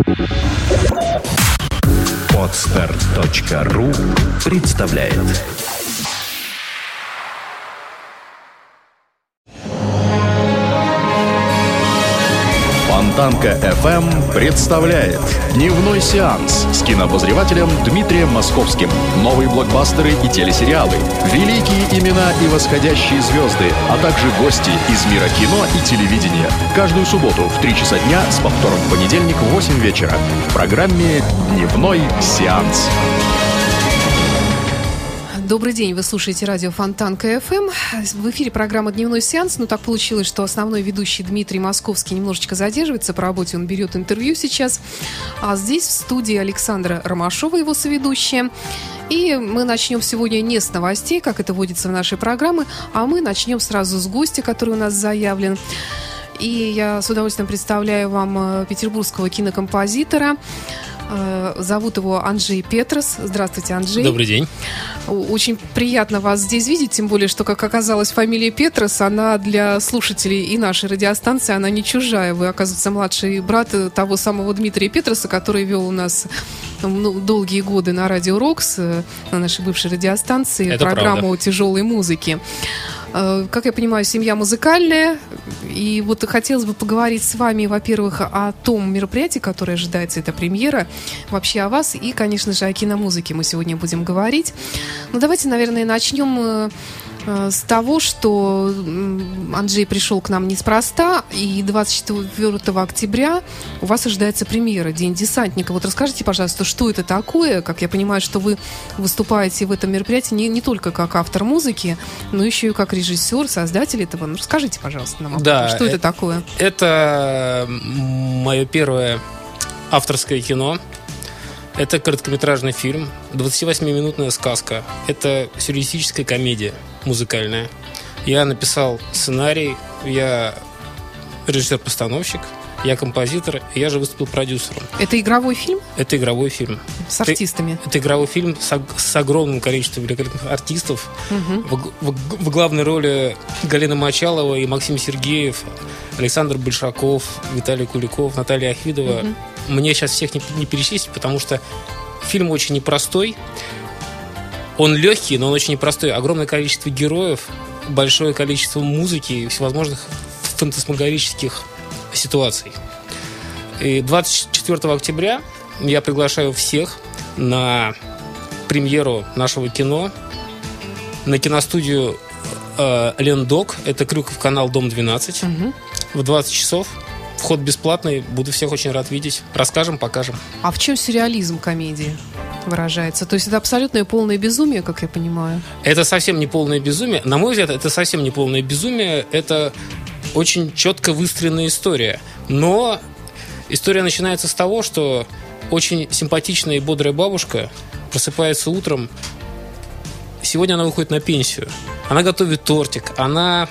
Podster.ru представляет. Фонтанка FM представляет дневной сеанс с кинообозревателем Дмитрием Московским. Новые блокбастеры и телесериалы, великие имена и восходящие звезды, а также гости из мира кино и телевидения. Каждую субботу в 3 часа дня с повтором в понедельник в 8 вечера в программе «Дневной сеанс». Добрый день, вы слушаете радио Фонтанка ФМ. В эфире программа «Дневной сеанс». Но так получилось, что основной ведущий Дмитрий Московский немножечко задерживается по работе. Он берет интервью сейчас. А здесь в студии Александра Ромашова, его соведущая. И мы начнем сегодня не с новостей, как это водится в нашей программе, а мы начнем сразу с гостя, который у нас заявлен. И я с удовольствием представляю вам петербургского кинокомпозитора. Зовут его Анджей Петрос. Здравствуйте, Анджей. Добрый день. Очень приятно вас здесь видеть, тем более, что, как оказалось, фамилия Петрос, она для слушателей и нашей радиостанции, она не чужая. Вы, оказывается, младший брат того самого Дмитрия Петроса, который вел у нас долгие годы на Радио Рокс, на нашей бывшей радиостанции, это программу правда. Тяжелой музыки. Как я понимаю, семья музыкальная. И вот хотелось бы поговорить с вами, во-первых, о том мероприятии, которое ожидается, это премьера, вообще о вас и, конечно же, о киномузыке мы сегодня будем говорить. Но давайте, наверное, начнем с того, что Анджей пришел к нам неспроста, и 24 октября у вас ожидается премьера, День десантника. Вот расскажите, пожалуйста, что это такое? Как я понимаю, что вы выступаете в этом мероприятии не только как автор музыки, но еще и как режиссер, создатель этого. Ну, расскажите, пожалуйста, нам, что это такое? Это мое первое авторское кино. Это короткометражный фильм, 28-минутная сказка. Это сюрреалистическая комедия музыкальная. Я написал сценарий, я режиссер-постановщик, я композитор, и я же выступил продюсером. Это игровой фильм? Это игровой фильм. С артистами? Это игровой фильм с огромным количеством великолепных артистов. Угу. В главной роли Галина Мочалова и Максим Сергеев, Александр Большаков, Виталий Куликов, Наталья Ахвидова. Угу. Мне сейчас всех не перечислить, потому что фильм очень непростой. Он легкий, но он очень непростой. Огромное количество героев, большое количество музыки и всевозможных фантасмагорических ситуаций. И 24 октября я приглашаю всех на премьеру нашего кино на киностудию Лендок. Это Крюков канал, дом 12. Угу. В 20 часов. Вход бесплатный. Буду всех очень рад видеть. Расскажем, покажем. А в чем сюрреализм комедии выражается? То есть это абсолютное полное безумие, как я понимаю? Это совсем не полное безумие. На мой взгляд, это совсем не полное безумие. Это очень четко выстроенная история. Но история начинается с того, что очень симпатичная и бодрая бабушка просыпается утром. Сегодня она выходит на пенсию. Она готовит тортик. Она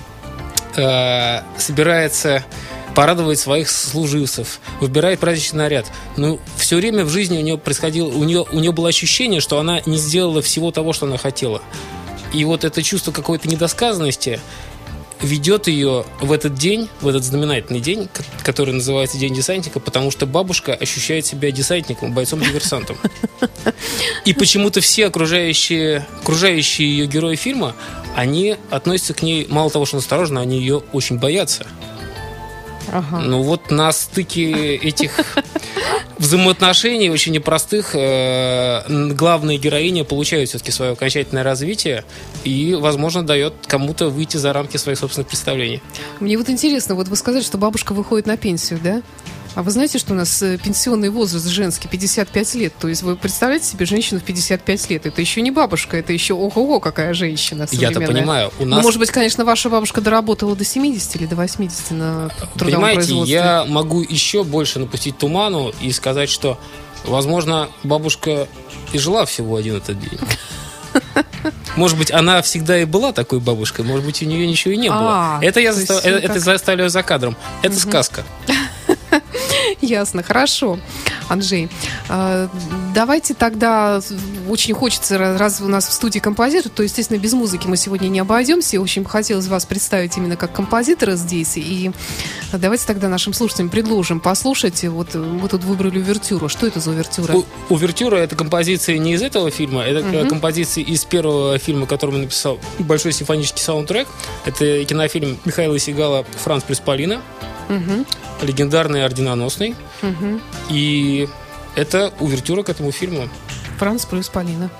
собирается порадовать своих служивцев, выбирает праздничный наряд. Но все время в жизни у нее происходило, у нее было ощущение, что она не сделала всего того, что она хотела. И вот это чувство какой-то недосказанности ведет ее в этот день, в этот знаменательный день, который называется День десантника, потому что бабушка ощущает себя десантником, бойцом-диверсантом. И почему-то все окружающие ее герои фильма, они относятся к ней, мало того, что настороженно, они ее очень боятся. Ага. Ну вот на стыке этих взаимоотношений очень непростых главная героиня получает все-таки свое окончательное развитие и, возможно, дает кому-то выйти за рамки своих собственных представлений. Мне вот интересно, вот вы сказали, что бабушка выходит на пенсию, да? А вы знаете, что у нас пенсионный возраст женский 55 лет? То есть вы представляете себе женщину в 55 лет? Это еще не бабушка, это еще ого-го какая женщина современная. Я-то понимаю. У нас... Ну, может быть, конечно, ваша бабушка доработала до 70 или до 80 на трудовом производстве. Понимаете, я могу еще больше напустить туману и сказать, что, возможно, бабушка и жила всего один этот день. Может быть, она всегда и была такой бабушкой, может быть, у нее ничего и не было. Это я заставляю за кадром. Это сказка. Ясно, хорошо. Анджей. Давайте тогда, очень хочется, раз у нас в студии композитор, то, естественно, без музыки мы сегодня не обойдемся. Очень хотелось вас представить именно как композитора здесь. И давайте тогда нашим слушателям предложим послушать. Вот мы тут выбрали увертюру. Что это за увертюра? Увертюра — это композиция не из этого фильма, это композиция из первого фильма, который он написал, большой симфонический саундтрек. Это кинофильм Михаила Сигала «Франц плюс Полина». Легендарный, орденоносный. И это увертюра к этому фильму. «Франц плюс Полина».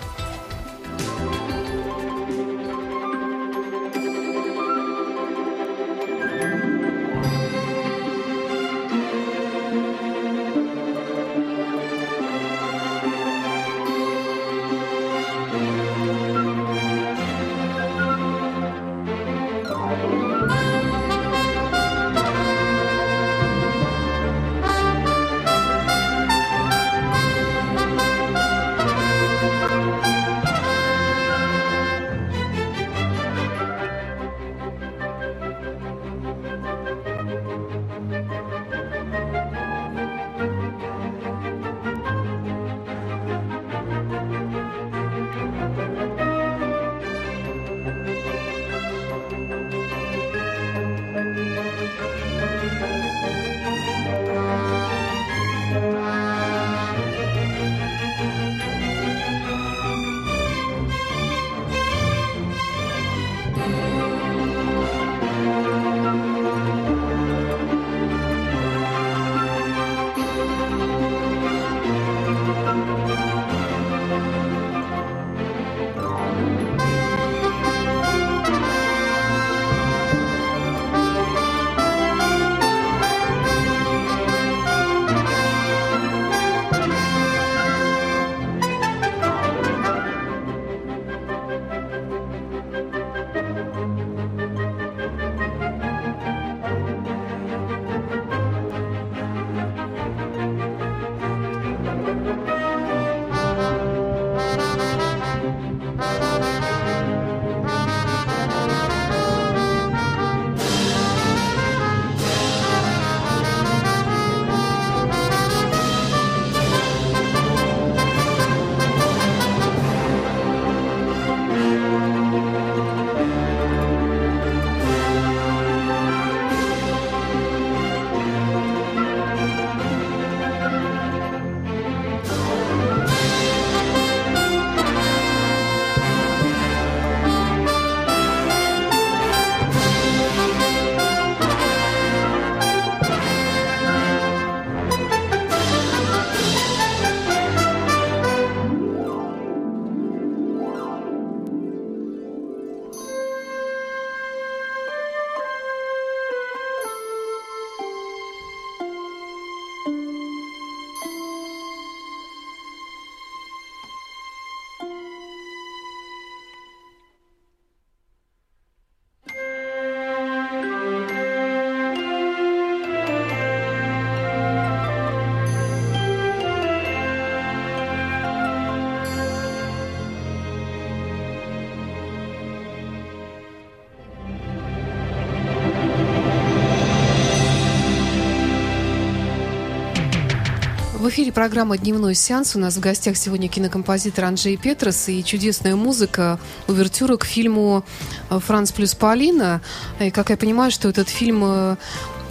В эфире программа «Дневной сеанс». У нас в гостях сегодня кинокомпозитор Анджей Петрос и чудесная музыка, увертюра к фильму «Франц плюс Полина». И, как я понимаю, что этот фильм,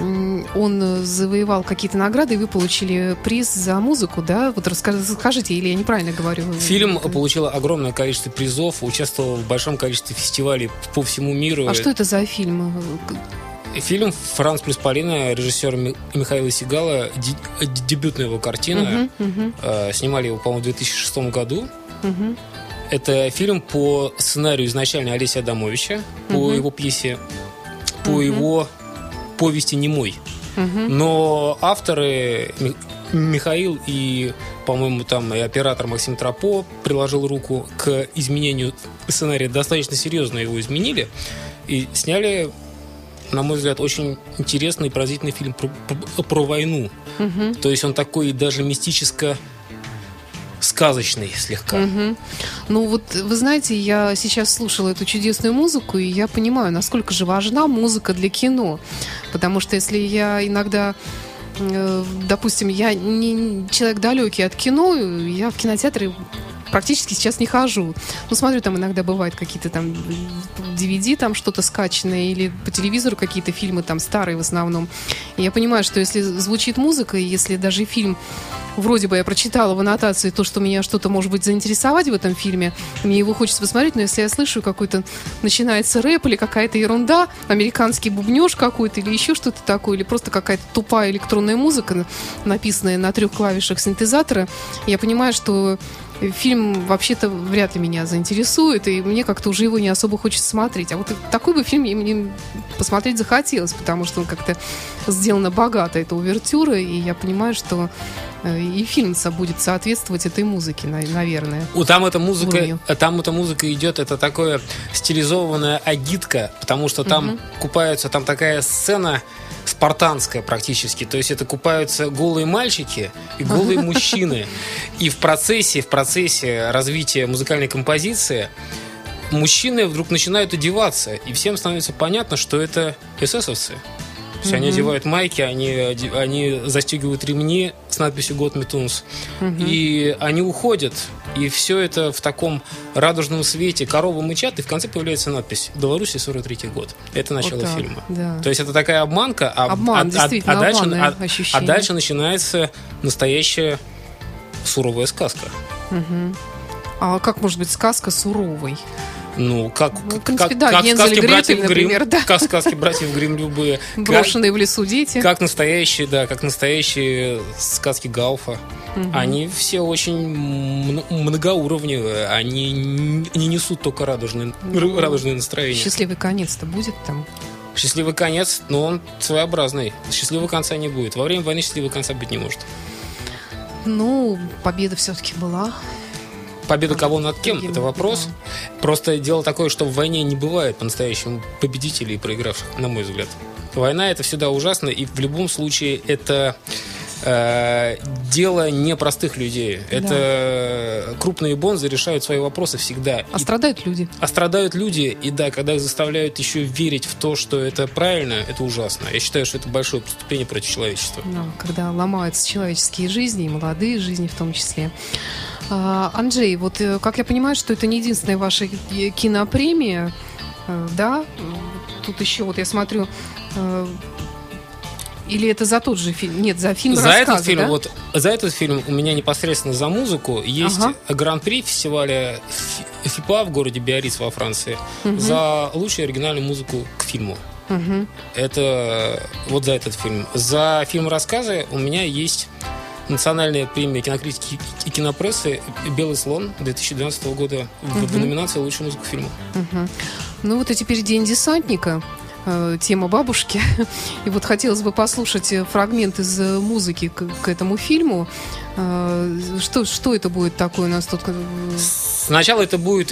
он завоевал какие-то награды, и вы получили приз за музыку, да? Вот расскажите, или я неправильно говорю? Фильм получил огромное количество призов, участвовал в большом количестве фестивалей по всему миру. А что это за фильм? Фильм «Франц плюс Полина» режиссера Михаила Сигала, дебютная его картина. Снимали его, по-моему, в 2006 году. Это фильм по сценарию изначально Олеся Адамовича, по его пьесе, по его повести «Немой». Но авторы Михаил и, по-моему, там и оператор Максим Тропо приложил руку к изменению сценария. Достаточно серьезно его изменили и сняли, на мой взгляд, очень интересный и поразительный фильм про войну. То есть он такой даже мистическо-сказочный слегка. Ну вот, вы знаете, я сейчас слушала эту чудесную музыку, и я понимаю, насколько же важна музыка для кино. Потому что если я иногда допустим, я не человек далекий от кино, я в кинотеатры практически сейчас не хожу. Ну, смотрю, там иногда бывают какие-то там DVD, там что-то скачанное, или по телевизору какие-то фильмы там старые в основном. И я понимаю, что если звучит музыка, и если даже фильм, вроде бы я прочитала в аннотации то, что меня что-то может быть заинтересовать в этом фильме, мне его хочется посмотреть, но если я слышу какой-то, начинается рэп или какая-то ерунда, американский бубнёж какой-то, или еще что-то такое, или просто какая-то тупая электронная музыка, написанная на 3 клавишах синтезатора, я понимаю, что фильм вообще-то вряд ли меня заинтересует, и мне как-то уже его не особо хочется смотреть. А вот такой бы фильм мне посмотреть захотелось, потому что он как-то сделано богато, эта увертюра, и я понимаю, что и фильм будет соответствовать этой музыке, наверное. Там эта музыка идет, это такое стилизованная агитка, потому что там купаются, там такая сцена спартанская практически, то есть это купаются голые мальчики и голые мужчины, и в процессе развития музыкальной композиции мужчины вдруг начинают одеваться, и всем становится понятно, что это эсэсовцы. То есть они одевают майки, они застегивают ремни с надписью «Год Метунс», и они уходят, и все это в таком радужном свете, коровы мычат, и в конце появляется надпись «Белоруссия, 43-й год». Это начало фильма. Да. То есть это такая обманка, а дальше начинается настоящая суровая сказка. А как может быть сказка суровой? Ну, как сказки братьев Гримм, да. Как сказки братьев Гримм любые. Брошенные в лесу дети. Как настоящие сказки Гауфа. Они все очень многоуровневые. Они не несут только радужное настроение. Счастливый конец-то будет там? Счастливый конец, но он своеобразный. Счастливого конца не будет. Во время войны счастливого конца быть не может. Ну, победа все-таки была. Победа кого над кем? Это вопрос. Просто дело такое, что в войне не бывает по-настоящему победителей и проигравших, на мой взгляд. Война — это всегда ужасно, и в любом случае это дело непростых людей. Это крупные бонзы решают свои вопросы всегда. Страдают люди. Страдают люди, и да, когда их заставляют еще верить в то, что это правильно, это ужасно. Я считаю, что это большое преступление против человечества. Когда ломаются человеческие жизни, и молодые жизни в том числе. Анджей, вот как я понимаю, что это не единственная ваша кинопремия, да? Тут еще, вот я смотрю, или это за тот же фильм? Нет, за фильм «Рассказы», этот фильм, да? вот, за этот фильм у меня непосредственно за музыку есть гран-при фестиваля ФИПА в городе Биарриц во Франции за лучшую оригинальную музыку к фильму. Это вот за этот фильм. За фильм «Рассказы» у меня есть национальная премия кинокритики и кинопрессы «Белый слон» 2012 года в номинации «Лучшая музыка к фильму». Ну вот и теперь День десантника. Тема бабушки. И вот хотелось бы послушать фрагмент из музыки к этому фильму. Что это будет такое у нас тут? Сначала это будет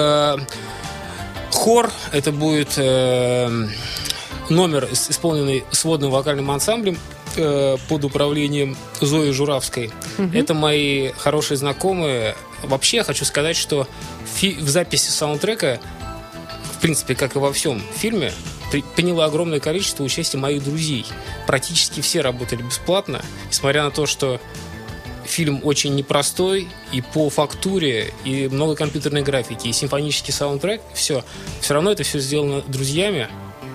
хор, это будет номер, исполненный сводным вокальным ансамблем под управлением Зои Журавской. Это мои хорошие знакомые. Вообще, я хочу сказать, что в записи саундтрека, в принципе, как и во всем фильме, приняло огромное количество участия моих друзей. Практически все работали бесплатно, несмотря на то, что фильм очень непростой и по фактуре, и много компьютерной графики, и симфонический саундтрек. Все равно это все сделано друзьями.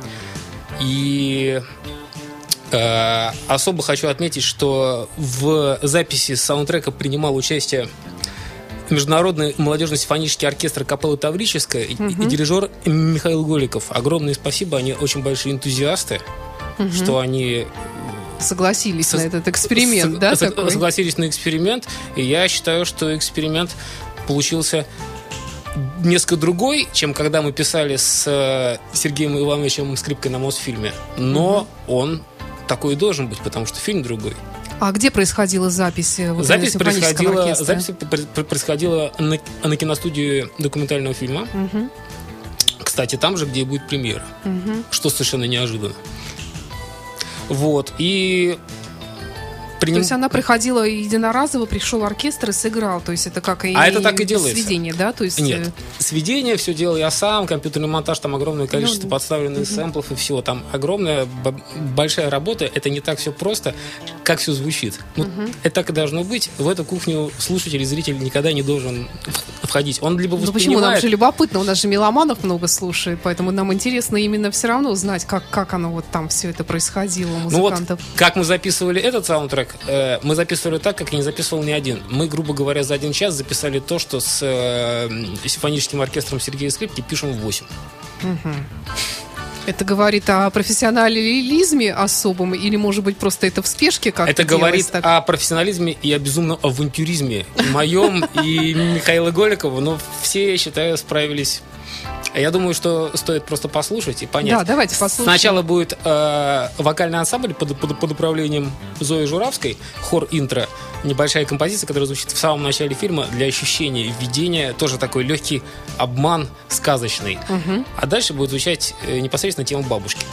И особо хочу отметить, что в записи саундтрека принимал участие Международный молодежный симфонический оркестр Капеллы Таврическая и дирижер Михаил Голиков. Огромное спасибо, они очень большие энтузиасты, что они согласились на этот эксперимент, да? Согласились на эксперимент, и я считаю, что эксперимент получился несколько другой, чем когда мы писали с Сергеем Ивановичем Скрипкой на Мосфильме. Но он такой и должен быть, потому что фильм другой. А где происходила запись? Запись происходила на киностудии документального фильма. Кстати, там же, где и будет премьера. Что совершенно неожиданно. Вот. И То есть она приходила единоразово, пришел оркестр и сыграл. То есть это как и это так и делается. сведение, да? То есть... Нет, сведение все делал я сам, компьютерный монтаж, там огромное количество подставленных сэмплов и всего. Там огромная, большая работа. Это не так все просто, как все звучит. Это так и должно быть. В эту кухню слушатель, зритель никогда не должен входить. Он либо воспринимает... почему? Нам же любопытно. У нас же меломанов много слушает, поэтому нам интересно именно все равно узнать, как оно вот там все это происходило у музыкантов. Как мы записывали этот саундтрек, мы записывали так, как и не записывал ни один. Мы, грубо говоря, за 1 час записали то, что с симфоническим оркестром Сергея Скрипки пишем в 8. Это говорит о профессионализме особом или, может быть, просто это в спешке как-то Это говорит о профессионализме и о безумном авантюризме. И моем, и Михаила Голикова. Но все, я считаю, справились. Я думаю, что стоит просто послушать и понять. Да, давайте послушаем. Сначала будет вокальный ансамбль под управлением Зои Журавской, хор интро, небольшая композиция, которая звучит в самом начале фильма для ощущения введения, тоже такой легкий обман сказочный. А дальше будет звучать непосредственно тема бабушки.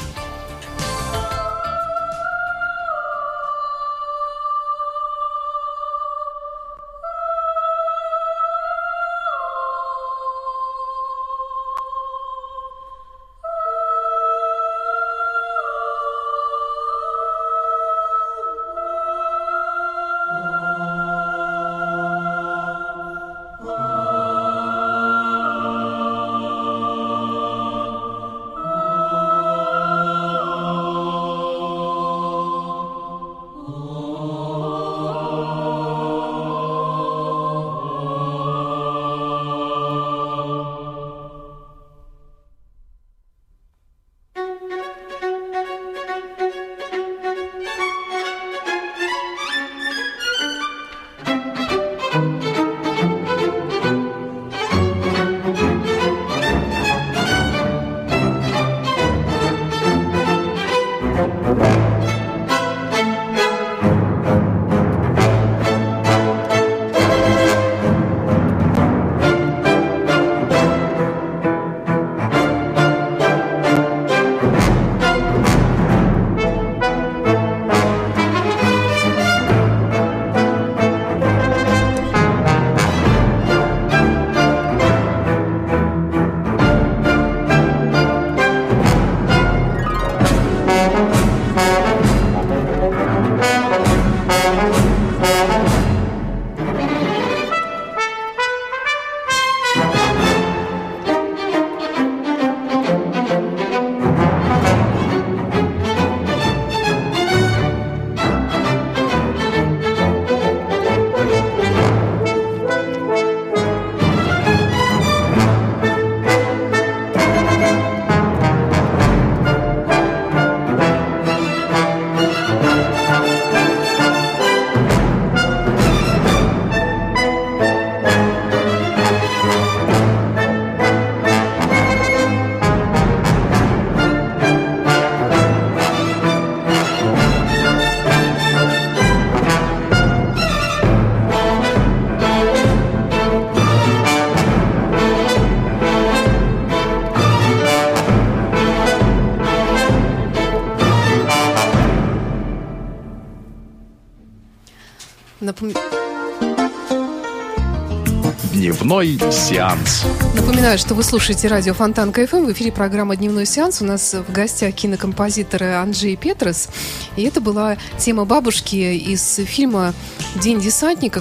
Дневной сеанс. Напоминаю, что вы слушаете радио Фонтан КФМ. В эфире программа «Дневной сеанс». У нас в гостях кинокомпозитор Анджей Петрос. И это была тема бабушки из фильма «День десантника»,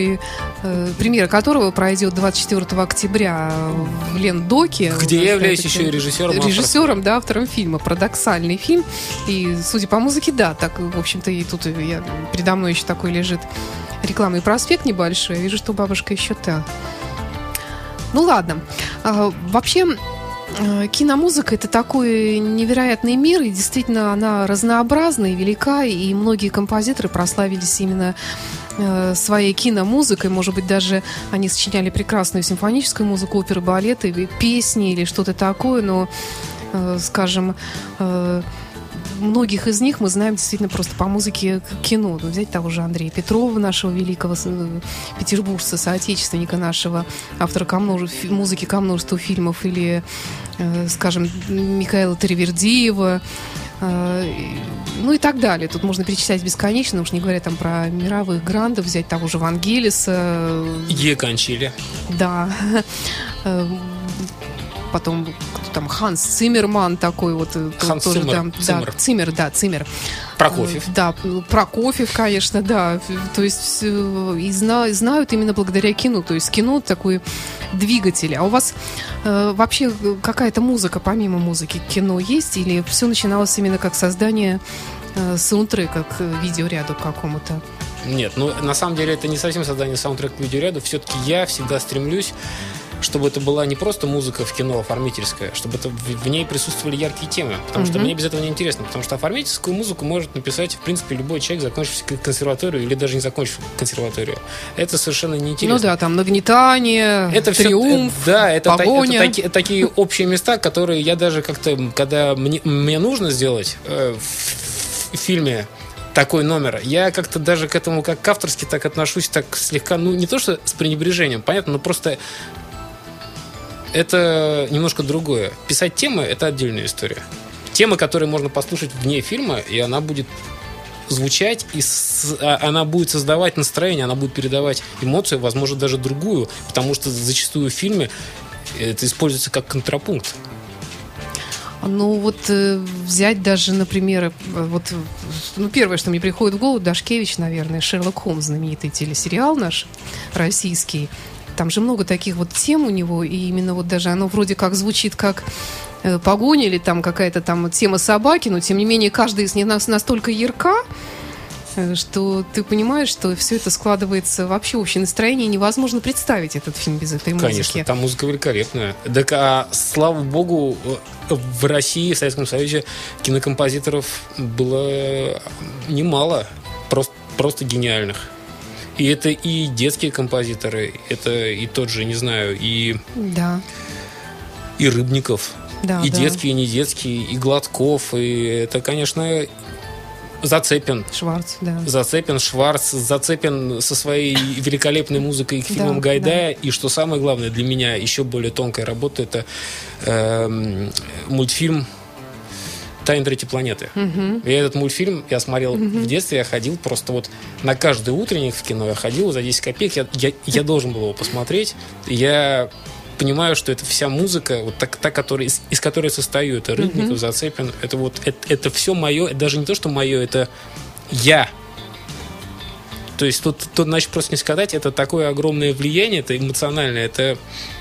премьера которого пройдет 24 октября в Лендоке. Где я являюсь еще и режиссером. Да, автором фильма. Парадоксальный фильм. И, судя по музыке, да, так, в общем-то, и тут передо мной еще такой лежит рекламный проспект небольшой. Вижу, что бабушка еще та. Ну ладно. Вообще, киномузыка — это такой невероятный мир, и действительно она разнообразна и велика, и многие композиторы прославились именно своей киномузыкой. Может быть, даже они сочиняли прекрасную симфоническую музыку, оперы, балеты, песни или что-то такое, но, скажем, многих из них мы знаем действительно просто по музыке кино. Взять того же Андрея Петрова, нашего великого петербуржца, соотечественника нашего, автора музыки ко множеству фильмов, или, скажем, Михаила Таривердиева, Ну и так далее. Тут можно перечислять бесконечно, уж не говоря там про мировых грандов, взять того же Вангелиса. Кончили. Да. Потом кто там, Ханс Циммерман такой вот. Ханс тоже, Циммер. Циммер. Прокофьев. Да, Прокофьев, конечно, да. То есть и знают именно благодаря кино. То есть кино такой двигатель. А у вас вообще какая-то музыка, помимо музыки, кино есть? Или все начиналось именно как создание саундтрека к видеоряду какому-то? Нет, на самом деле это не совсем создание саундтрека к видеоряду. Все-таки я всегда стремлюсь, чтобы это была не просто музыка в кино оформительская, чтобы это в ней присутствовали яркие темы. Потому что мне без этого не интересно. Потому что оформительскую музыку может написать, в принципе, любой человек, закончивший консерваторию или даже не закончив консерваторию. Это совершенно неинтересно. Ну да, там нагнетание, это триумф, погоня. Это такие общие места, которые я даже как-то, когда мне нужно сделать в фильме такой номер, я как-то даже к этому как к авторски так отношусь, так слегка, не то что с пренебрежением, понятно, но просто это немножко другое. Писать темы — это отдельная история. Темы, которые можно послушать вне фильма, и она будет звучать, и она будет создавать настроение, она будет передавать эмоцию, возможно, даже другую, потому что зачастую в фильме это используется как контрапункт. Ну, вот взять даже, например, первое, что мне приходит в голову, Дашкевич, наверное, «Шерлок Холмс», знаменитый телесериал наш, российский. Там же много таких вот тем у него, и именно вот даже оно вроде как звучит как погоня или там какая-то там тема собаки, но тем не менее каждая из них настолько ярка, что ты понимаешь, что все это складывается вообще общее настроение, и невозможно представить этот фильм без этой музыки. Конечно, там музыка великолепная. Так, слава богу, в России, в Советском Союзе кинокомпозиторов было немало, просто гениальных. И это и детские композиторы, это и тот же, не знаю, и Рыбников, и детские, и не детские, и Гладков, и это, конечно, Зацепин. Шварц, да. Зацепин, Шварц, Зацепин со своей великолепной музыкой к фильмам Гайдая. И что самое главное для меня, еще более тонкая работа, это мультфильм «Тайны третьей планеты». Я этот мультфильм смотрел в детстве, я ходил просто вот на каждый утренник в кино, я ходил за 10 копеек, я должен был его посмотреть. Я понимаю, что это вся музыка, вот та, из которой состою, это Рыбников, Зацепин, это все мое, это даже не то, что мое, это я. То есть тут значит просто не сказать, это такое огромное влияние, это эмоциональное, это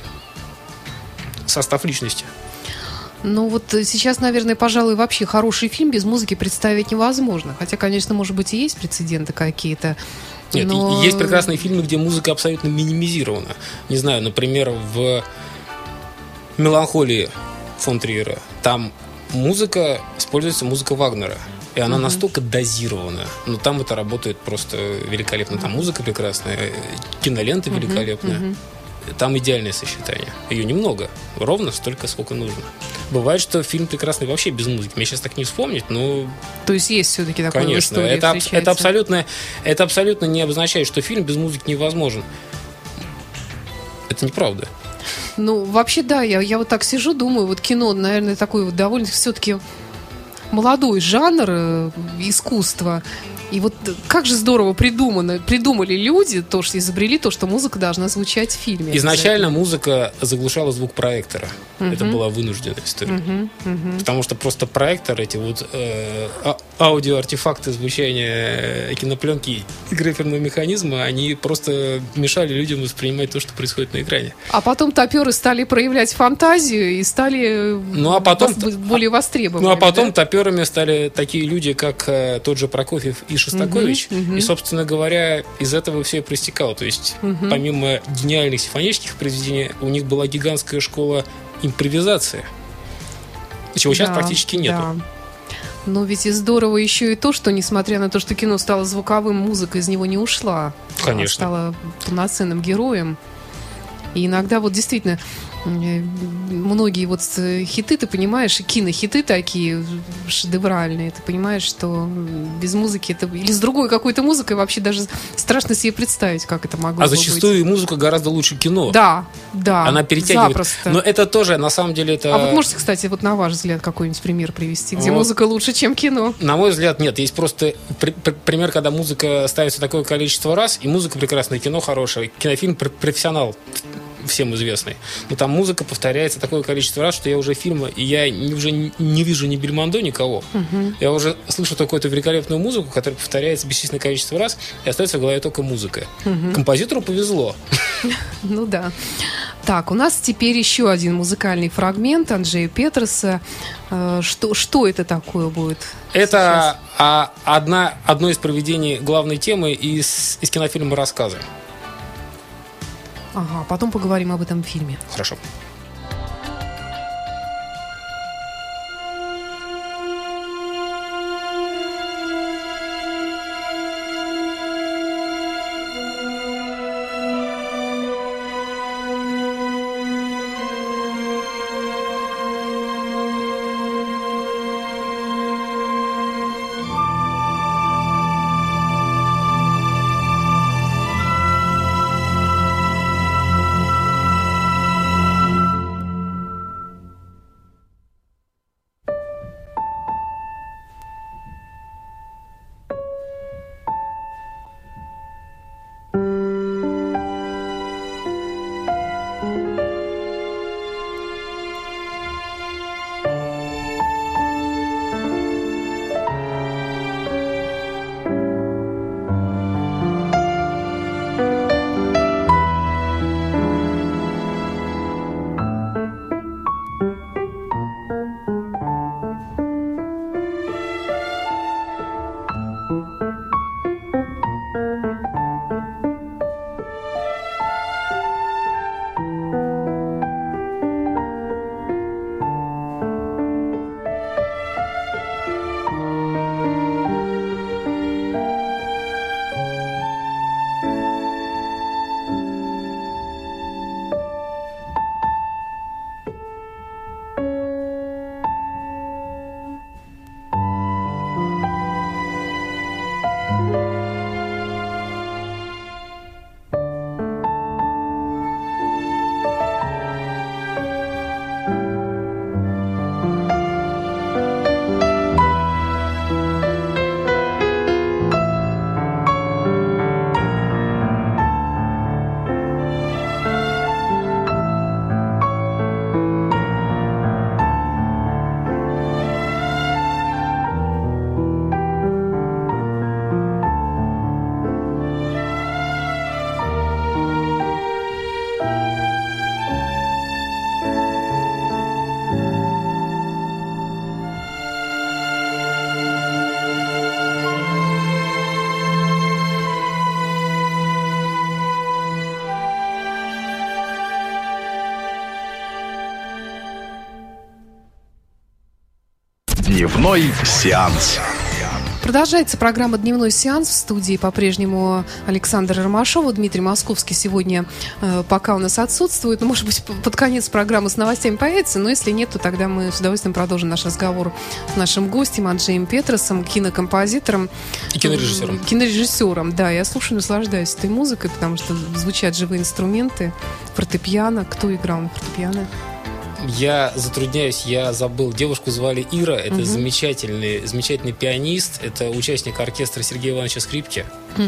состав личности. Ну вот сейчас, наверное, пожалуй, вообще хороший фильм без музыки представить невозможно. Хотя, конечно, может быть, и есть прецеденты какие-то. Нет, есть прекрасные фильмы, где музыка абсолютно минимизирована. Не знаю, например, в «Меланхолии» фон Триера. Там используется музыка Вагнера. И она настолько дозирована. Но там это работает просто великолепно. Там музыка прекрасная, кинолента великолепная. Там идеальное сочетание. Ее немного, ровно столько, сколько нужно. Бывает, что фильм прекрасный вообще без музыки. Мне сейчас так не вспомнить, но... То есть есть все-таки такое, конечно, в истории встречается. это абсолютно не обозначает, что фильм без музыки невозможен. Это неправда. Ну, вообще, да, я вот так сижу, думаю, вот кино, наверное, такой вот довольно все-таки молодой жанр искусства. И вот как же здорово придумали люди, то, что изобрели то, что музыка должна звучать в фильме. Изначально музыка заглушала звук проектора. Это была вынужденная история. Потому что просто проектор, эти вот аудиоартефакты звучания кинопленки и гриферного механизма, они просто мешали людям воспринимать то, что происходит на экране. А потом топеры стали проявлять фантазию и стали более востребованы. Ну а потом топерами стали такие люди, как тот же Прокофьев и Шостакович. И, собственно говоря, из этого все и проистекало. То есть, помимо гениальных симфонических произведений, у них была гигантская школа импровизации, чего сейчас практически нету. Да. Но ведь и здорово еще и то, что, несмотря на то, что кино стало звуковым, музыка из него не ушла. Конечно. Стала полноценным героем. И иногда вот действительно многие вот хиты, ты понимаешь, кинохиты такие шедевральные, ты понимаешь, что без музыки это... Или с другой какой-то музыкой вообще даже страшно себе представить, как это могло бы быть. А зачастую музыка гораздо лучше кино. Да. Она перетягивает. Запросто. Но это тоже, на самом деле, это... А вот можете, кстати, вот на ваш взгляд какой-нибудь пример привести, где музыка лучше, чем кино? На мой взгляд, нет. Есть просто пример, когда музыка ставится такое количество раз, и музыка прекрасная, кино хорошее. Кинофильм «Профессионал», всем известный. Но там музыка повторяется такое количество раз, что я уже фильма, и я уже не вижу ни Бельмондо, никого. Я уже слышу какую-то великолепную музыку, которая повторяется бесчисленное количество раз, и остается в голове только музыка. Композитору повезло. Ну да. Так, у нас теперь еще один музыкальный фрагмент Анджея Петерса. Что это такое будет? Это одно из проведений главной темы из кинофильма «Рассказы». Ага, потом поговорим об этом фильме. Хорошо. Дневной сеанс. Продолжается программа «Дневной сеанс». В студии по-прежнему Александр Ромашов, Дмитрий Московский сегодня пока у нас отсутствует. Ну, может быть, под конец программы с новостями появится, но если нет, то тогда мы с удовольствием продолжим наш разговор с нашим гостем Анджеем Петерсом, кинокомпозитором. И кинорежиссером. Кинорежиссером, да. Я слушаю, наслаждаюсь этой музыкой, потому что звучат живые инструменты, фортепиано. Кто играл на фортепиано? Я затрудняюсь, я забыл. Девушку звали Ира. Это замечательный пианист. Это участник оркестра Сергея Ивановича Скрипки.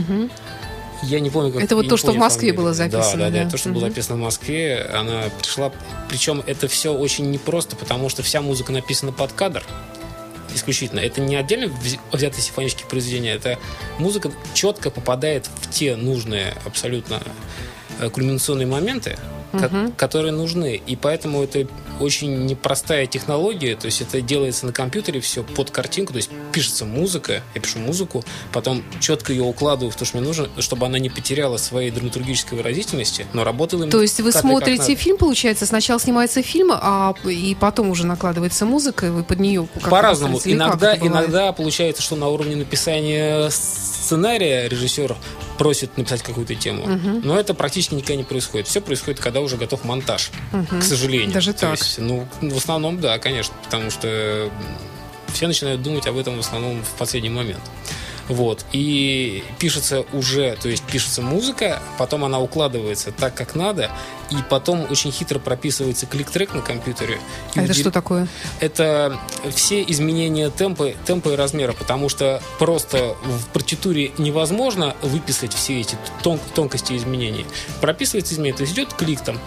Я не помню, как... Это вот то, что в Москве было записано. Да, то, что было записано в Москве. Она пришла... Причем это все очень непросто, потому что вся музыка написана под кадр. Исключительно. Это не отдельно взятые симфонические произведения. Это музыка четко попадает в те нужные абсолютно кульминационные моменты, которые нужны. И поэтому это очень непростая технология. То есть это делается на компьютере все под картинку. То есть пишется музыка, я пишу музыку, потом четко ее укладываю в то, что мне нужно, чтобы она не потеряла своей драматургической выразительности, но работала именно. То есть вы смотрите фильм, получается, сначала снимается фильм, и потом уже накладывается музыка, и вы под нее... По-разному. Иногда получается, что на уровне написания сценария режиссер просит написать какую-то тему. Но это практически никогда не происходит. Все происходит, когда уже готов монтаж, к сожалению. Даже так? Есть, в основном, да, конечно, потому что все начинают думать об этом в основном в последний момент. Вот. И пишется музыка, потом она укладывается так, как надо, и потом очень хитро прописывается клик-трек на компьютере. Это что такое? Это все изменения темпа и размера, потому что просто в партитуре невозможно выписать все эти тонкости изменений. Прописывается изменение, то есть идет клик там.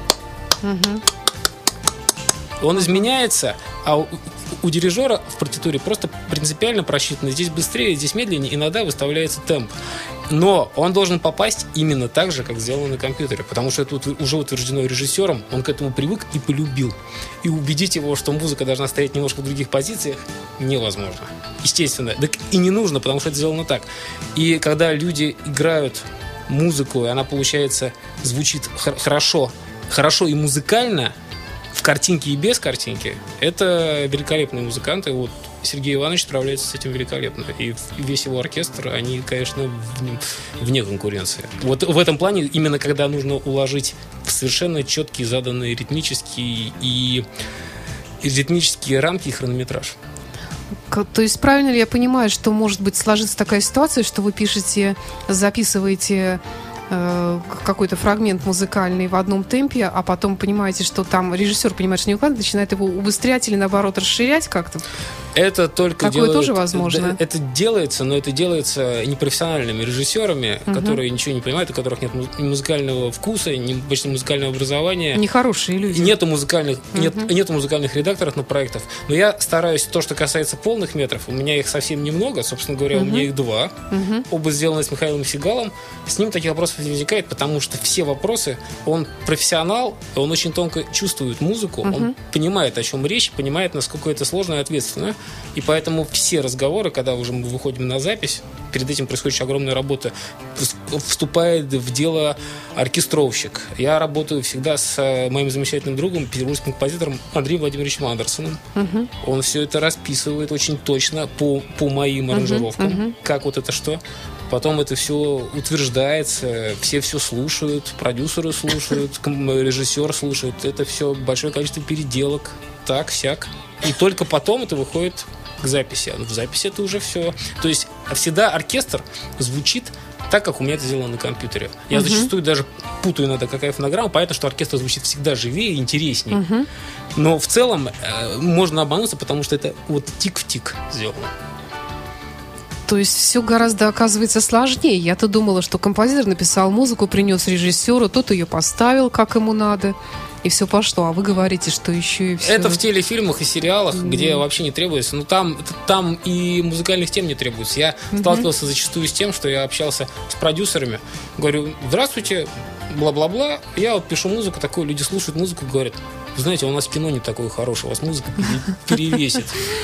Он изменяется, а у дирижера в партитуре просто принципиально просчитано. Здесь быстрее, здесь медленнее, иногда выставляется темп. Но он должен попасть именно так же, как сделано на компьютере, потому что это уже утверждено режиссером, он к этому привык и полюбил. И убедить его, что музыка должна стоять немножко в других позициях, невозможно. Естественно. Так и не нужно, потому что это сделано так. И когда люди играют музыку, и она, получается, звучит хорошо и музыкально, в картинке и без картинки, это великолепные музыканты. Вот Сергей Иванович справляется с этим великолепно. И весь его оркестр, они, конечно, вне конкуренции. Вот в этом плане, именно когда нужно уложить в совершенно четкие, заданные ритмические рамки и хронометраж. То есть правильно ли я понимаю, что может быть сложится такая ситуация, что вы записываете какой-то фрагмент музыкальный в одном темпе, а потом понимаете, что там режиссер понимает, что не укладывает, начинает его убыстрять или наоборот расширять как-то? Это только такое тоже возможно? Это делается, но это делается непрофессиональными режиссерами, которые ничего не понимают, у которых нет ни музыкального вкуса, почти музыкального образования. Нехорошие люди. Нету музыкальных редакторов на проектах. Но я стараюсь, то, что касается полных метров, у меня их совсем немного, собственно говоря, у меня их 2. Оба сделаны с Михаилом Сигалом. С ним таких вопросов не возникает, потому что все вопросы, он профессионал, он очень тонко чувствует музыку, он понимает, о чем речь, понимает, насколько это сложно и ответственно. И поэтому все разговоры, когда уже мы выходим на запись, перед этим происходит огромная работа, вступает в дело оркестровщик. Я работаю всегда с моим замечательным другом, петербургским композитором Андреем Владимировичем Андерсоном. Он все это расписывает очень точно по моим аранжировкам, как вот это что. Потом это все утверждается, все слушают, продюсеры слушают, режиссер слушает. Это все большое количество переделок, так, сяк. И только потом это выходит к записи. А в записи это уже все. То есть всегда оркестр звучит так, как у меня это сделано на компьютере. Я зачастую даже путаю иногда, какая фонограмма. Понятно, что оркестр звучит всегда живее и интереснее. Но в целом можно обмануться, потому что это вот тик в тик сделано. То есть все гораздо, оказывается, сложнее. Я-то думала, что композитор написал музыку, принес режиссеру, тот ее поставил, как ему надо, и все пошло. А вы говорите, что еще и все... Это в телефильмах и сериалах, где вообще не требуется. Но там и музыкальных тем не требуется. Я сталкивался зачастую с тем, что я общался с продюсерами. Говорю, здравствуйте, бла-бла-бла. Я вот пишу музыку, такое, люди слушают музыку, говорят, вы знаете, у нас кино не такое хорошее, у вас музыка перевесит.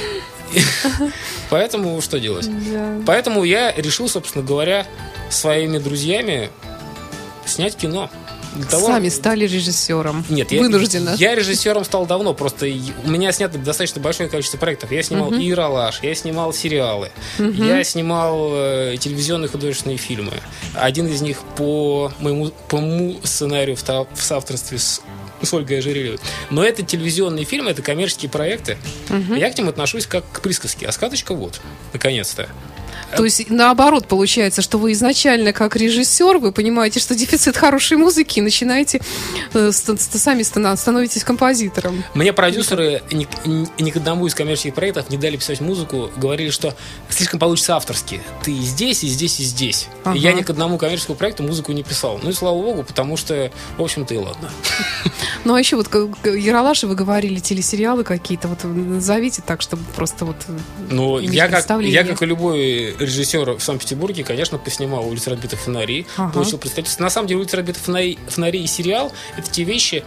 Поэтому что делать? Поэтому я решил, собственно говоря, своими друзьями снять кино. Сами стали режиссером. Нет, вынужденно. Я режиссером стал давно. Просто у меня снято достаточно большое количество проектов. Я снимал и «Ералаш», я снимал сериалы, я снимал телевизионные художественные фильмы. Один из них по моему сценарию в соавторстве с Ольгой Ожерельевой. Но это телевизионные фильмы, это коммерческие проекты. Я к ним отношусь как к присказке. А сказочка вот, наконец-то. То есть, наоборот, получается, что вы изначально, как режиссер, вы понимаете, что дефицит хорошей музыки, и начинаете, сами становитесь композитором. Мне продюсеры ни к одному из коммерческих проектов не дали писать музыку, говорили, что слишком получится авторски. Ты и здесь, и здесь, и здесь. И я ни к одному коммерческому проекту музыку не писал. Ну и слава богу, потому что, в общем-то, и ладно. Ну, а еще вот «Ералаш», вы говорили, телесериалы какие-то, вот назовите так, чтобы просто вот... Ну, я как и любой режиссер в Санкт-Петербурге, конечно, поснимал «Улицы разбитых фонарей», получил представительство. На самом деле, «Улицы разбитых фонарей» и сериал — это те вещи,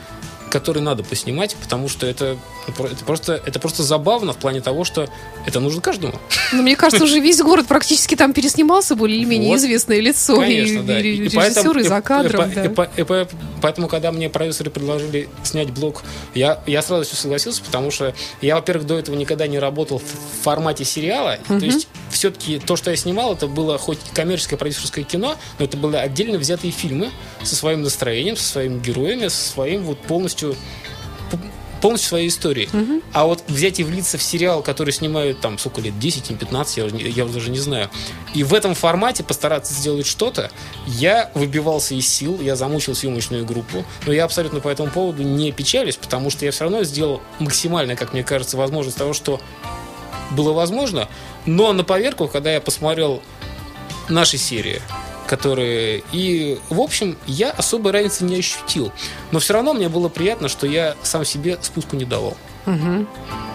который надо поснимать, потому что это просто забавно в плане того, что это нужно каждому. Но мне кажется, уже весь город практически там переснимался, более или менее известное лицо. Конечно, да. И режиссеры за кадром. Поэтому, когда мне продюсеры предложили снять блог, я с радостью согласился, потому что я, во-первых, до этого никогда не работал в формате сериала. То есть, все-таки то, что я снимал, это было хоть и коммерческое продюсерское кино, но это были отдельно взятые фильмы со своим настроением, со своими героями, со своим вот полностью своей историей. А вот взять и влиться в сериал, который снимают там, сколько лет, 10 или 15, я даже не знаю. И в этом формате постараться сделать что-то, я выбивался из сил, я замучил съемочную группу, но я абсолютно по этому поводу не печалюсь, потому что я все равно сделал максимально, как мне кажется, возможность того, что было возможно. Но на поверку, когда я посмотрел наши серии, которые... И, в общем, я особой разницы не ощутил. Но все равно мне было приятно, что я сам себе спуску не давал. Ну,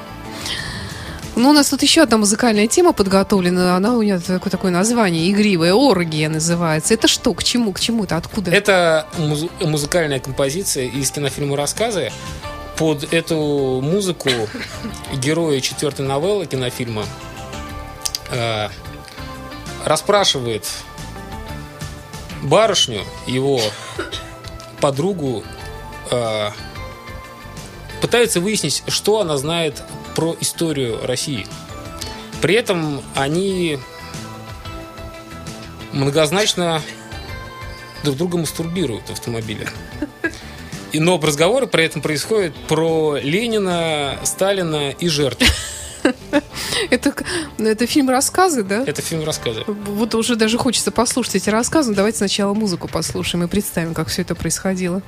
у нас тут еще одна музыкальная тема подготовлена. Она у нее такое название игривое. «Оргия» называется. Это что? К чему? К чему это? Откуда? Это музыкальная композиция из кинофильма «Рассказы». Под эту музыку герои 4-й новеллы кинофильма расспрашивает барышню, его подругу, пытаются выяснить, что она знает про историю России. При этом они многозначно друг друга мастурбируют в автомобиле. Но разговоры при этом происходят про Ленина, Сталина и жертв. Это фильм «Рассказы», да? Это фильм «Рассказы». Вот уже даже хочется послушать эти рассказы. Давайте сначала музыку послушаем и представим, как все это происходило.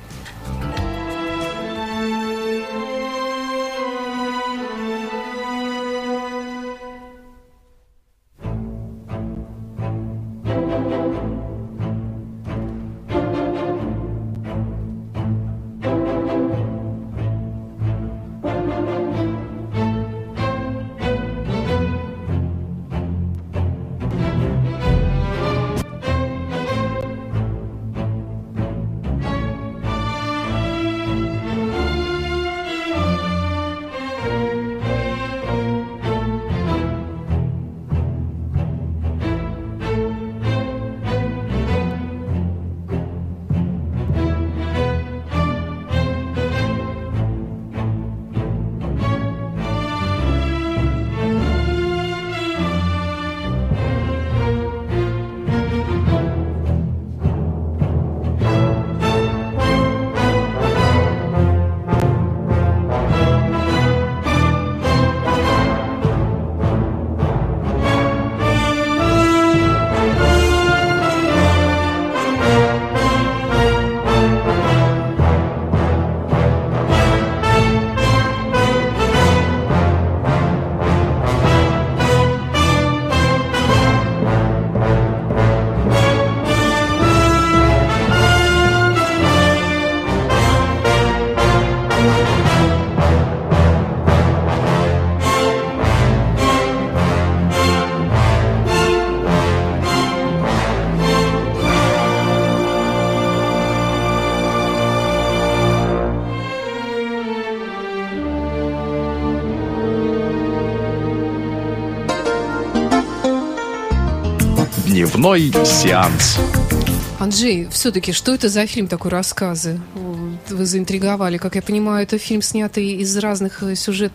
Дневной сеанс. Анджей, все-таки, что это за фильм такой «Рассказы»? Вы заинтриговали. Как я понимаю, это фильм, снятый из разных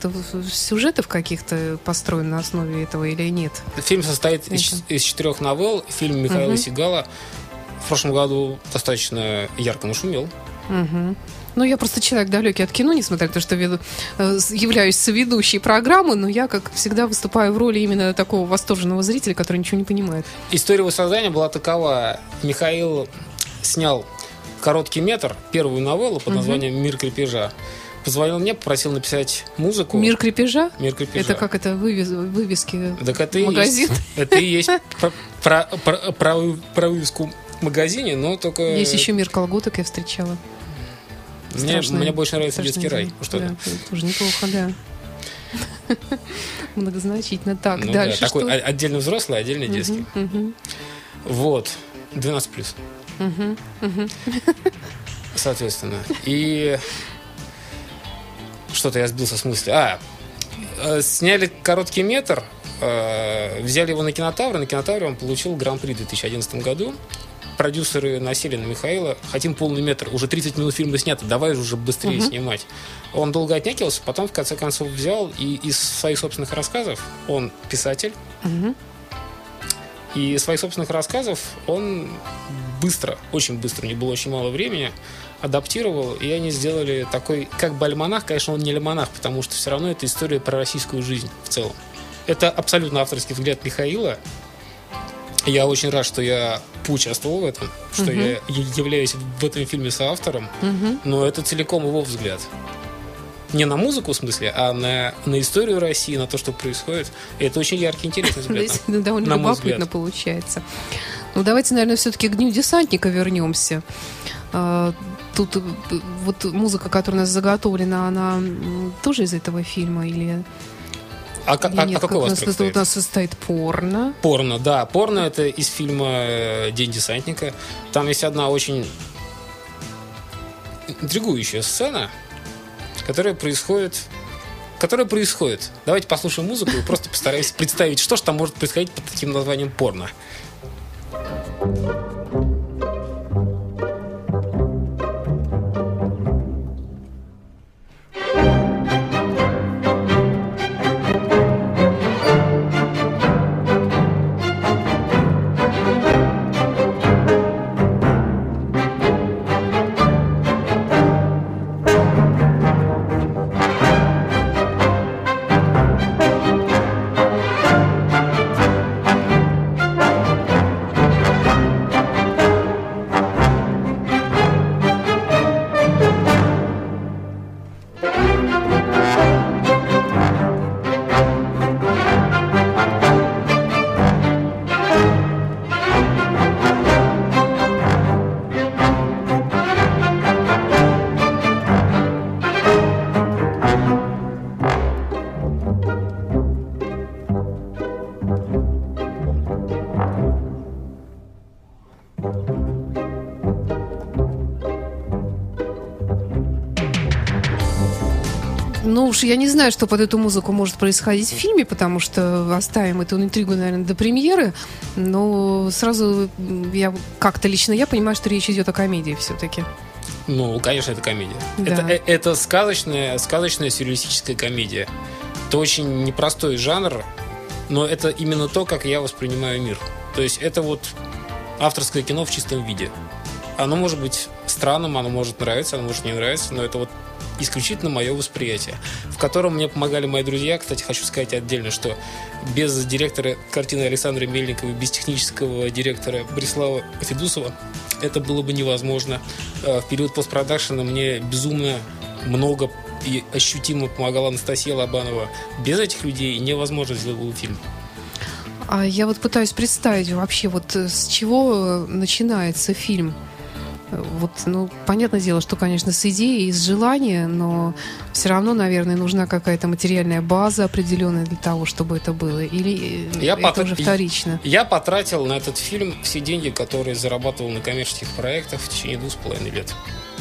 сюжетов каких-то, построен на основе этого или нет? Фильм состоит из 4 новелл. Фильм Михаила Сигала в прошлом году достаточно ярко нашумел. Ну, я просто человек далекий от кино, несмотря на то, что являюсь соведущей программы, но я, как всегда, выступаю в роли именно такого восторженного зрителя, который ничего не понимает. История его создания была такова. Михаил снял короткий метр, первую новеллу под названием «Мир крепежа». Позвонил мне, попросил написать музыку. «Мир крепежа»? «Мир крепежа». Это как это вывески так это магазин? Это и есть про вывеску в магазине, но только... Есть еще «Мир колготок», я встречала. Мне больше нравится «Детский рай». Что да, тоже неплохо, да. Многозначительно. Так, ну, дальше да, что? Такой отдельно взрослый, отдельно детский. Вот. 12+. Соответственно. И Что-то я сбился с мысли. Сняли короткий метр, взяли его на Кинотавр. На Кинотавре он получил Гран-при в 2011 году. Продюсеры насели на Михаила: хотим полный метр, уже 30 минут фильма снято, давай уже быстрее снимать. Он долго отнекивался, потом в конце концов взял, и из своих собственных рассказов, он писатель, и из своих собственных рассказов он быстро, очень быстро, у него было очень мало времени, адаптировал, и они сделали такой, как бы альманах. Конечно, он не альманах, потому что все равно это история про российскую жизнь в целом. Это абсолютно авторский взгляд Михаила. Я очень рад, что я поучаствовал в этом, что я являюсь в этом фильме соавтором, но это целиком его взгляд. Не на музыку, в смысле, а на историю России, на то, что происходит. И это очень яркий, интересный взгляд. Довольно любопытно получается. Ну, давайте, наверное, все-таки к Дню десантника вернемся. Тут вот музыка, которая у нас заготовлена, она тоже из этого фильма или... какой у вас трек стоит? У нас состоит порно. Порно, да. Порно — это из фильма «День десантника». Там есть одна очень интригующая сцена, которая происходит. Давайте послушаем музыку и просто постараемся представить, что же там может происходить под таким названием порно. Ну уж я не знаю, что под эту музыку может происходить в фильме, потому что оставим эту интригу, наверное, до премьеры. Но сразу лично я понимаю, что речь идет о комедии все-таки. Ну, конечно, это комедия. Да. Это сказочная сюрреалистическая комедия. Это очень непростой жанр, но это именно то, как я воспринимаю мир. То есть это вот авторское кино в чистом виде. Оно может быть странным, оно может нравиться, оно может не нравиться, но это вот исключительно мое восприятие, в котором мне помогали мои друзья. Кстати, хочу сказать отдельно, что без директора картины Александра Мельникова, без технического директора Борислава Федусова это было бы невозможно. В период постпродакшена мне безумно много и ощутимо помогала Анастасия Лобанова. Без этих людей невозможно сделать был фильм. А я вот пытаюсь представить вообще, вот с чего начинается фильм. Вот, ну, понятное дело, что, конечно, с идеей и с желания, но все равно, наверное, нужна какая-то материальная база определенная для того, чтобы это было. Или это уже вторично? Я потратил на этот фильм все деньги, которые зарабатывал на коммерческих проектах в течение 2,5 лет.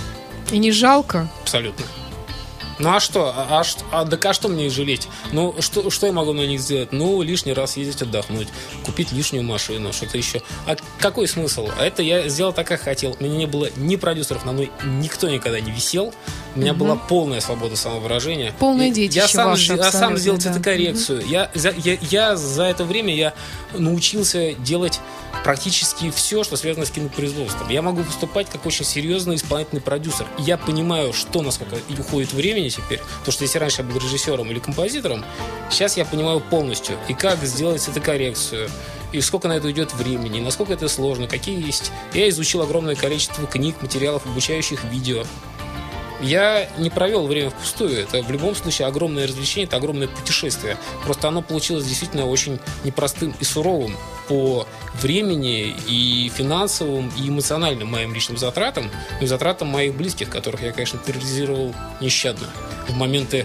И не жалко? Абсолютно. Ну а что? Что мне их жалеть? Ну, что я могу на них сделать? Ну, лишний раз ездить отдохнуть, купить лишнюю машину, что-то еще. А какой смысл? Это я сделал так, как хотел. У меня не было ни продюсеров, на мной никто никогда не висел. У меня была полная свобода самовыражения. Полное детище ваше, Я сам сделал да. цветокоррекцию. Я за это время научился делать практически все, что связано с кинопроизводством. Я могу выступать как очень серьезный исполнительный продюсер. Я понимаю, насколько уходит времени теперь. То, что если раньше я был режиссером или композитором, сейчас я понимаю полностью. И как сделать цветокоррекцию, и сколько на это уйдет времени, и насколько это сложно, какие есть. Я изучил огромное количество книг, материалов, обучающих видео. Я не провел время впустую. Это в любом случае огромное развлечение, это огромное путешествие. Просто оно получилось действительно очень непростым и суровым по времени и финансовым, и эмоциональным моим личным затратам, и затратам моих близких, которых я, конечно, терроризировал нещадно в моменты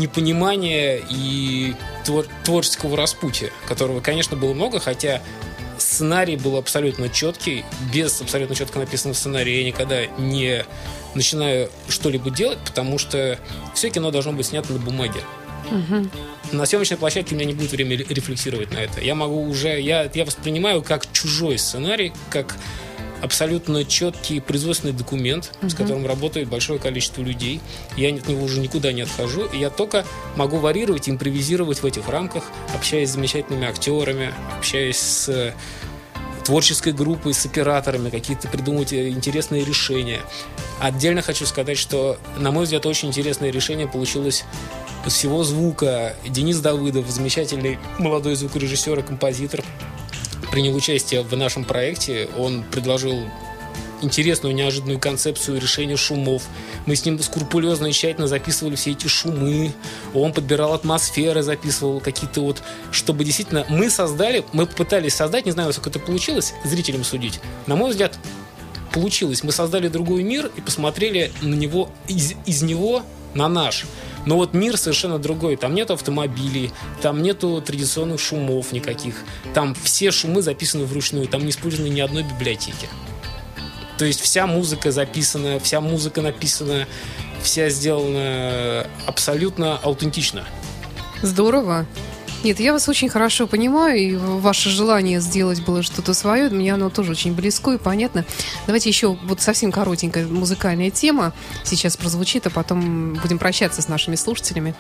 непонимания и творческого распутия, которого, конечно, было много, хотя Сценарий был абсолютно четкий. Без абсолютно четко написанного сценария я никогда не начинаю что-либо делать, потому что все кино должно быть снято на бумаге. На съемочной площадке у меня не будет времени рефлексировать на это. Я воспринимаю как чужой сценарий, как абсолютно четкий производственный документ, с которым работает большое количество людей. Я от него уже никуда не отхожу. И я только могу варьировать, импровизировать в этих рамках, общаясь с замечательными актерами, общаясь с творческой группой, с операторами, какие-то придумывать интересные решения. Отдельно хочу сказать, что, на мой взгляд, очень интересное решение получилось из всего звука. Денис Давыдов, замечательный молодой звукорежиссер и композитор, принял участие в нашем проекте. Он предложил интересную, неожиданную концепцию решения шумов. Мы с ним скрупулезно и тщательно записывали все эти шумы. Он подбирал атмосферы, записывал какие-то вот... Чтобы действительно... Мы попытались создать, не знаю, насколько это получилось, зрителям судить. На мой взгляд, получилось. Мы создали другой мир и посмотрели на него, из него на наш. Но вот мир совершенно другой. Там нет автомобилей, там нету традиционных шумов никаких. Там все шумы записаны вручную, там не использованы ни одной библиотеки. То есть вся музыка записана, вся музыка написана, вся сделана абсолютно аутентично. Здорово. Нет, я вас очень хорошо понимаю, и ваше желание сделать было что-то свое, мне оно тоже очень близко и понятно. Давайте еще вот совсем коротенькая музыкальная тема сейчас прозвучит, а потом будем прощаться с нашими слушателями.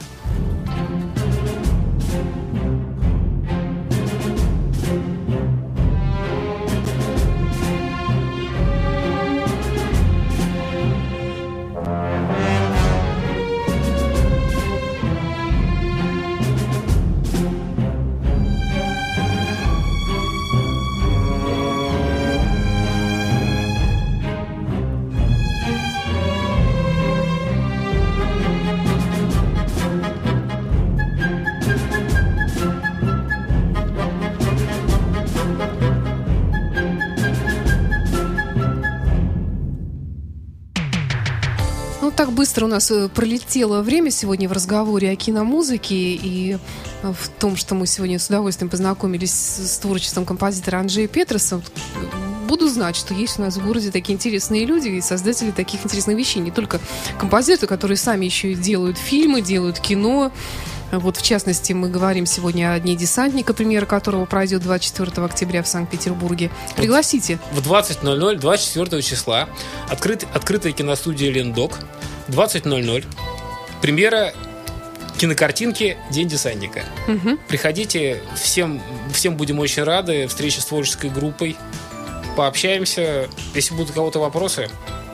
Так быстро у нас пролетело время сегодня в разговоре о киномузыке и в том, что мы сегодня с удовольствием познакомились с творчеством композитора Анджея Петроса. Буду знать, что есть у нас в городе такие интересные люди и создатели таких интересных вещей. Не только композиторы, которые сами еще и делают фильмы, делают кино. Вот, в частности, мы говорим сегодня о Дне десантника, премьера которого пройдет 24 октября в Санкт-Петербурге. Пригласите. В 20:00, 24 числа, открытая киностудия «Лендок». 20:00. Премьера кинокартинки «День десантника». Приходите, всем будем очень рады. Встреча с творческой группой. Пообщаемся. Если будут у кого-то вопросы,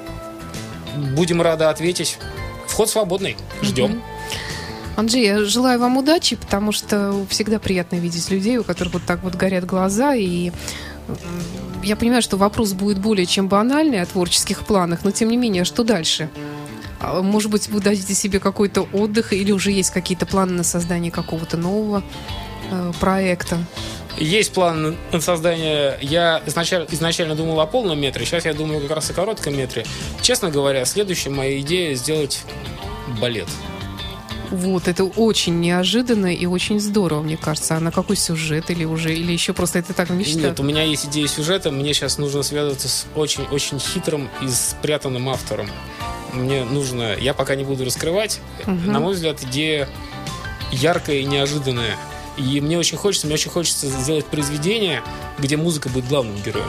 будем рады ответить. Вход свободный. Ждем. Анджей, я желаю вам удачи, потому что всегда приятно видеть людей, у которых вот так вот горят глаза. И я понимаю, что вопрос будет более чем банальный о творческих планах, но тем не менее, что дальше? Может быть, вы дадите себе какой-то отдых или уже есть какие-то планы на создание какого-то нового проекта? Есть план на создание. Я изначально думал о полном метре, сейчас я думаю как раз о коротком метре. Честно говоря, следующая моя идея — сделать балет. Вот, это очень неожиданно и очень здорово, мне кажется. А на какой сюжет или еще просто это так мечта? Нет, у меня есть идея сюжета. Мне сейчас нужно связываться с очень-очень хитрым и спрятанным автором. Мне нужно... Я пока не буду раскрывать. На мой взгляд, идея яркая и неожиданная. И мне очень хочется сделать произведение, где музыка будет главным героем.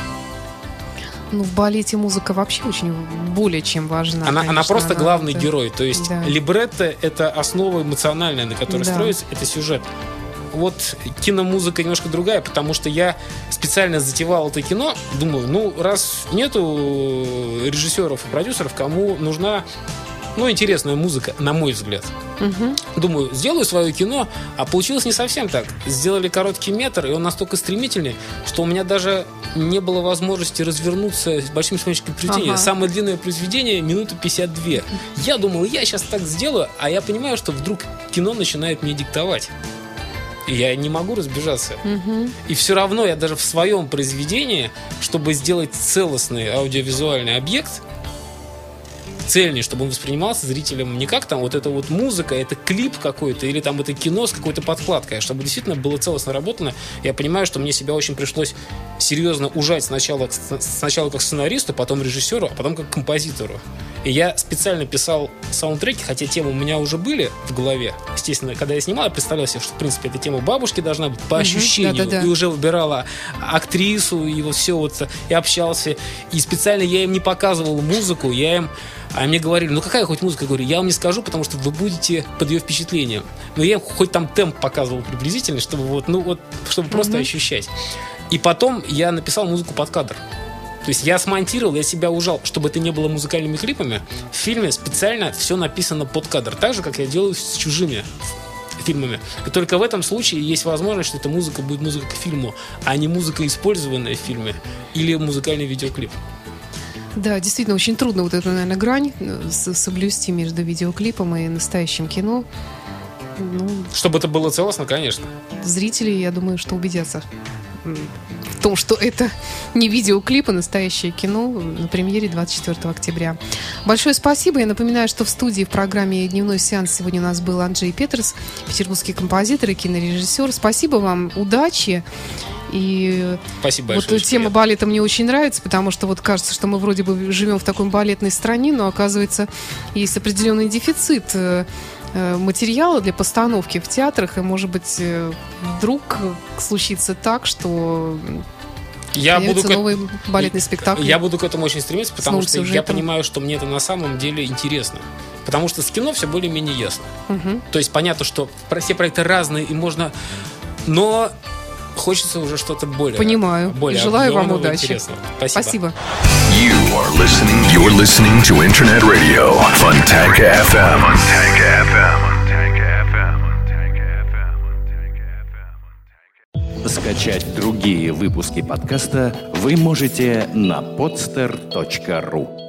Ну, в балете музыка вообще очень более чем важна. Она просто главный герой. То есть либретто — это основа эмоциональная, на которой строится, это сюжет. Вот киномузыка немножко другая, потому что я специально затевал это кино. Думаю, раз нету режиссеров и продюсеров, кому нужна интересная музыка, на мой взгляд. Думаю, сделаю свое кино, а получилось не совсем так. Сделали короткий метр, и он настолько стремительный, что у меня даже не было возможности развернуться с большим симфоническим произведением. Самое длинное произведение — минута 52. Я думал, я сейчас так сделаю, а я понимаю, что вдруг кино начинает мне диктовать. И я не могу разбежаться. И все равно я даже в своем произведении, чтобы сделать целостный аудиовизуальный объект, цельный, чтобы он воспринимался зрителем не как там вот эта вот музыка, это клип какой-то, или там это кино с какой-то подкладкой, а чтобы действительно было целостно работано. Я понимаю, что мне себя очень пришлось серьезно ужать сначала как сценаристу, потом режиссеру, а потом как композитору. И я специально писал саундтреки, хотя темы у меня уже были в голове. Естественно, когда я снимал, я представлял себе, что, в принципе, эта тема бабушки должна быть по ощущению. И уже выбирала актрису, и вот все вот, и общался. И специально я им не показывал музыку, а мне говорили, ну какая хоть музыка? Я говорю, я вам не скажу, потому что вы будете под ее впечатлением. Но я им хоть там темп показывал приблизительно, чтобы чтобы просто ощущать. И потом я написал музыку под кадр. То есть я смонтировал, я себя ужал, чтобы это не было музыкальными клипами. В фильме специально все написано под кадр. Так же, как я делаю с чужими фильмами. И только в этом случае есть возможность, что эта музыка будет музыка к фильму, а не музыка, использованная в фильме, или музыкальный видеоклип. Да, действительно, очень трудно вот эту, наверное, грань соблюсти между видеоклипом и настоящим кино. Чтобы это было целостно, конечно. Зрители, я думаю, что убедятся в том, что это не видеоклип, а настоящее кино на премьере 24 октября. Большое спасибо. Я напоминаю, что в студии в программе «Дневной сеанс» сегодня у нас был Анджей Петерс, петербургский композитор и кинорежиссер. Спасибо вам, удачи. И спасибо большое. Вот тема балета мне очень нравится, потому что вот кажется, что мы вроде бы живем в такой балетной стране, но оказывается есть определенный дефицит материала для постановки в театрах, и, может быть, вдруг случится так, что появится новый балетный спектакль. Я буду к этому очень стремиться, потому что я понимаю, что мне это на самом деле интересно. Потому что с кино все более-менее ясно. То есть понятно, что все проекты разные, и можно... Но хочется уже что-то более... Понимаю. Более желаю вам удачи. Спасибо. You're listening to Internet Radio Fontanka FM. Скачать другие выпуски подкаста вы можете на podster.ru.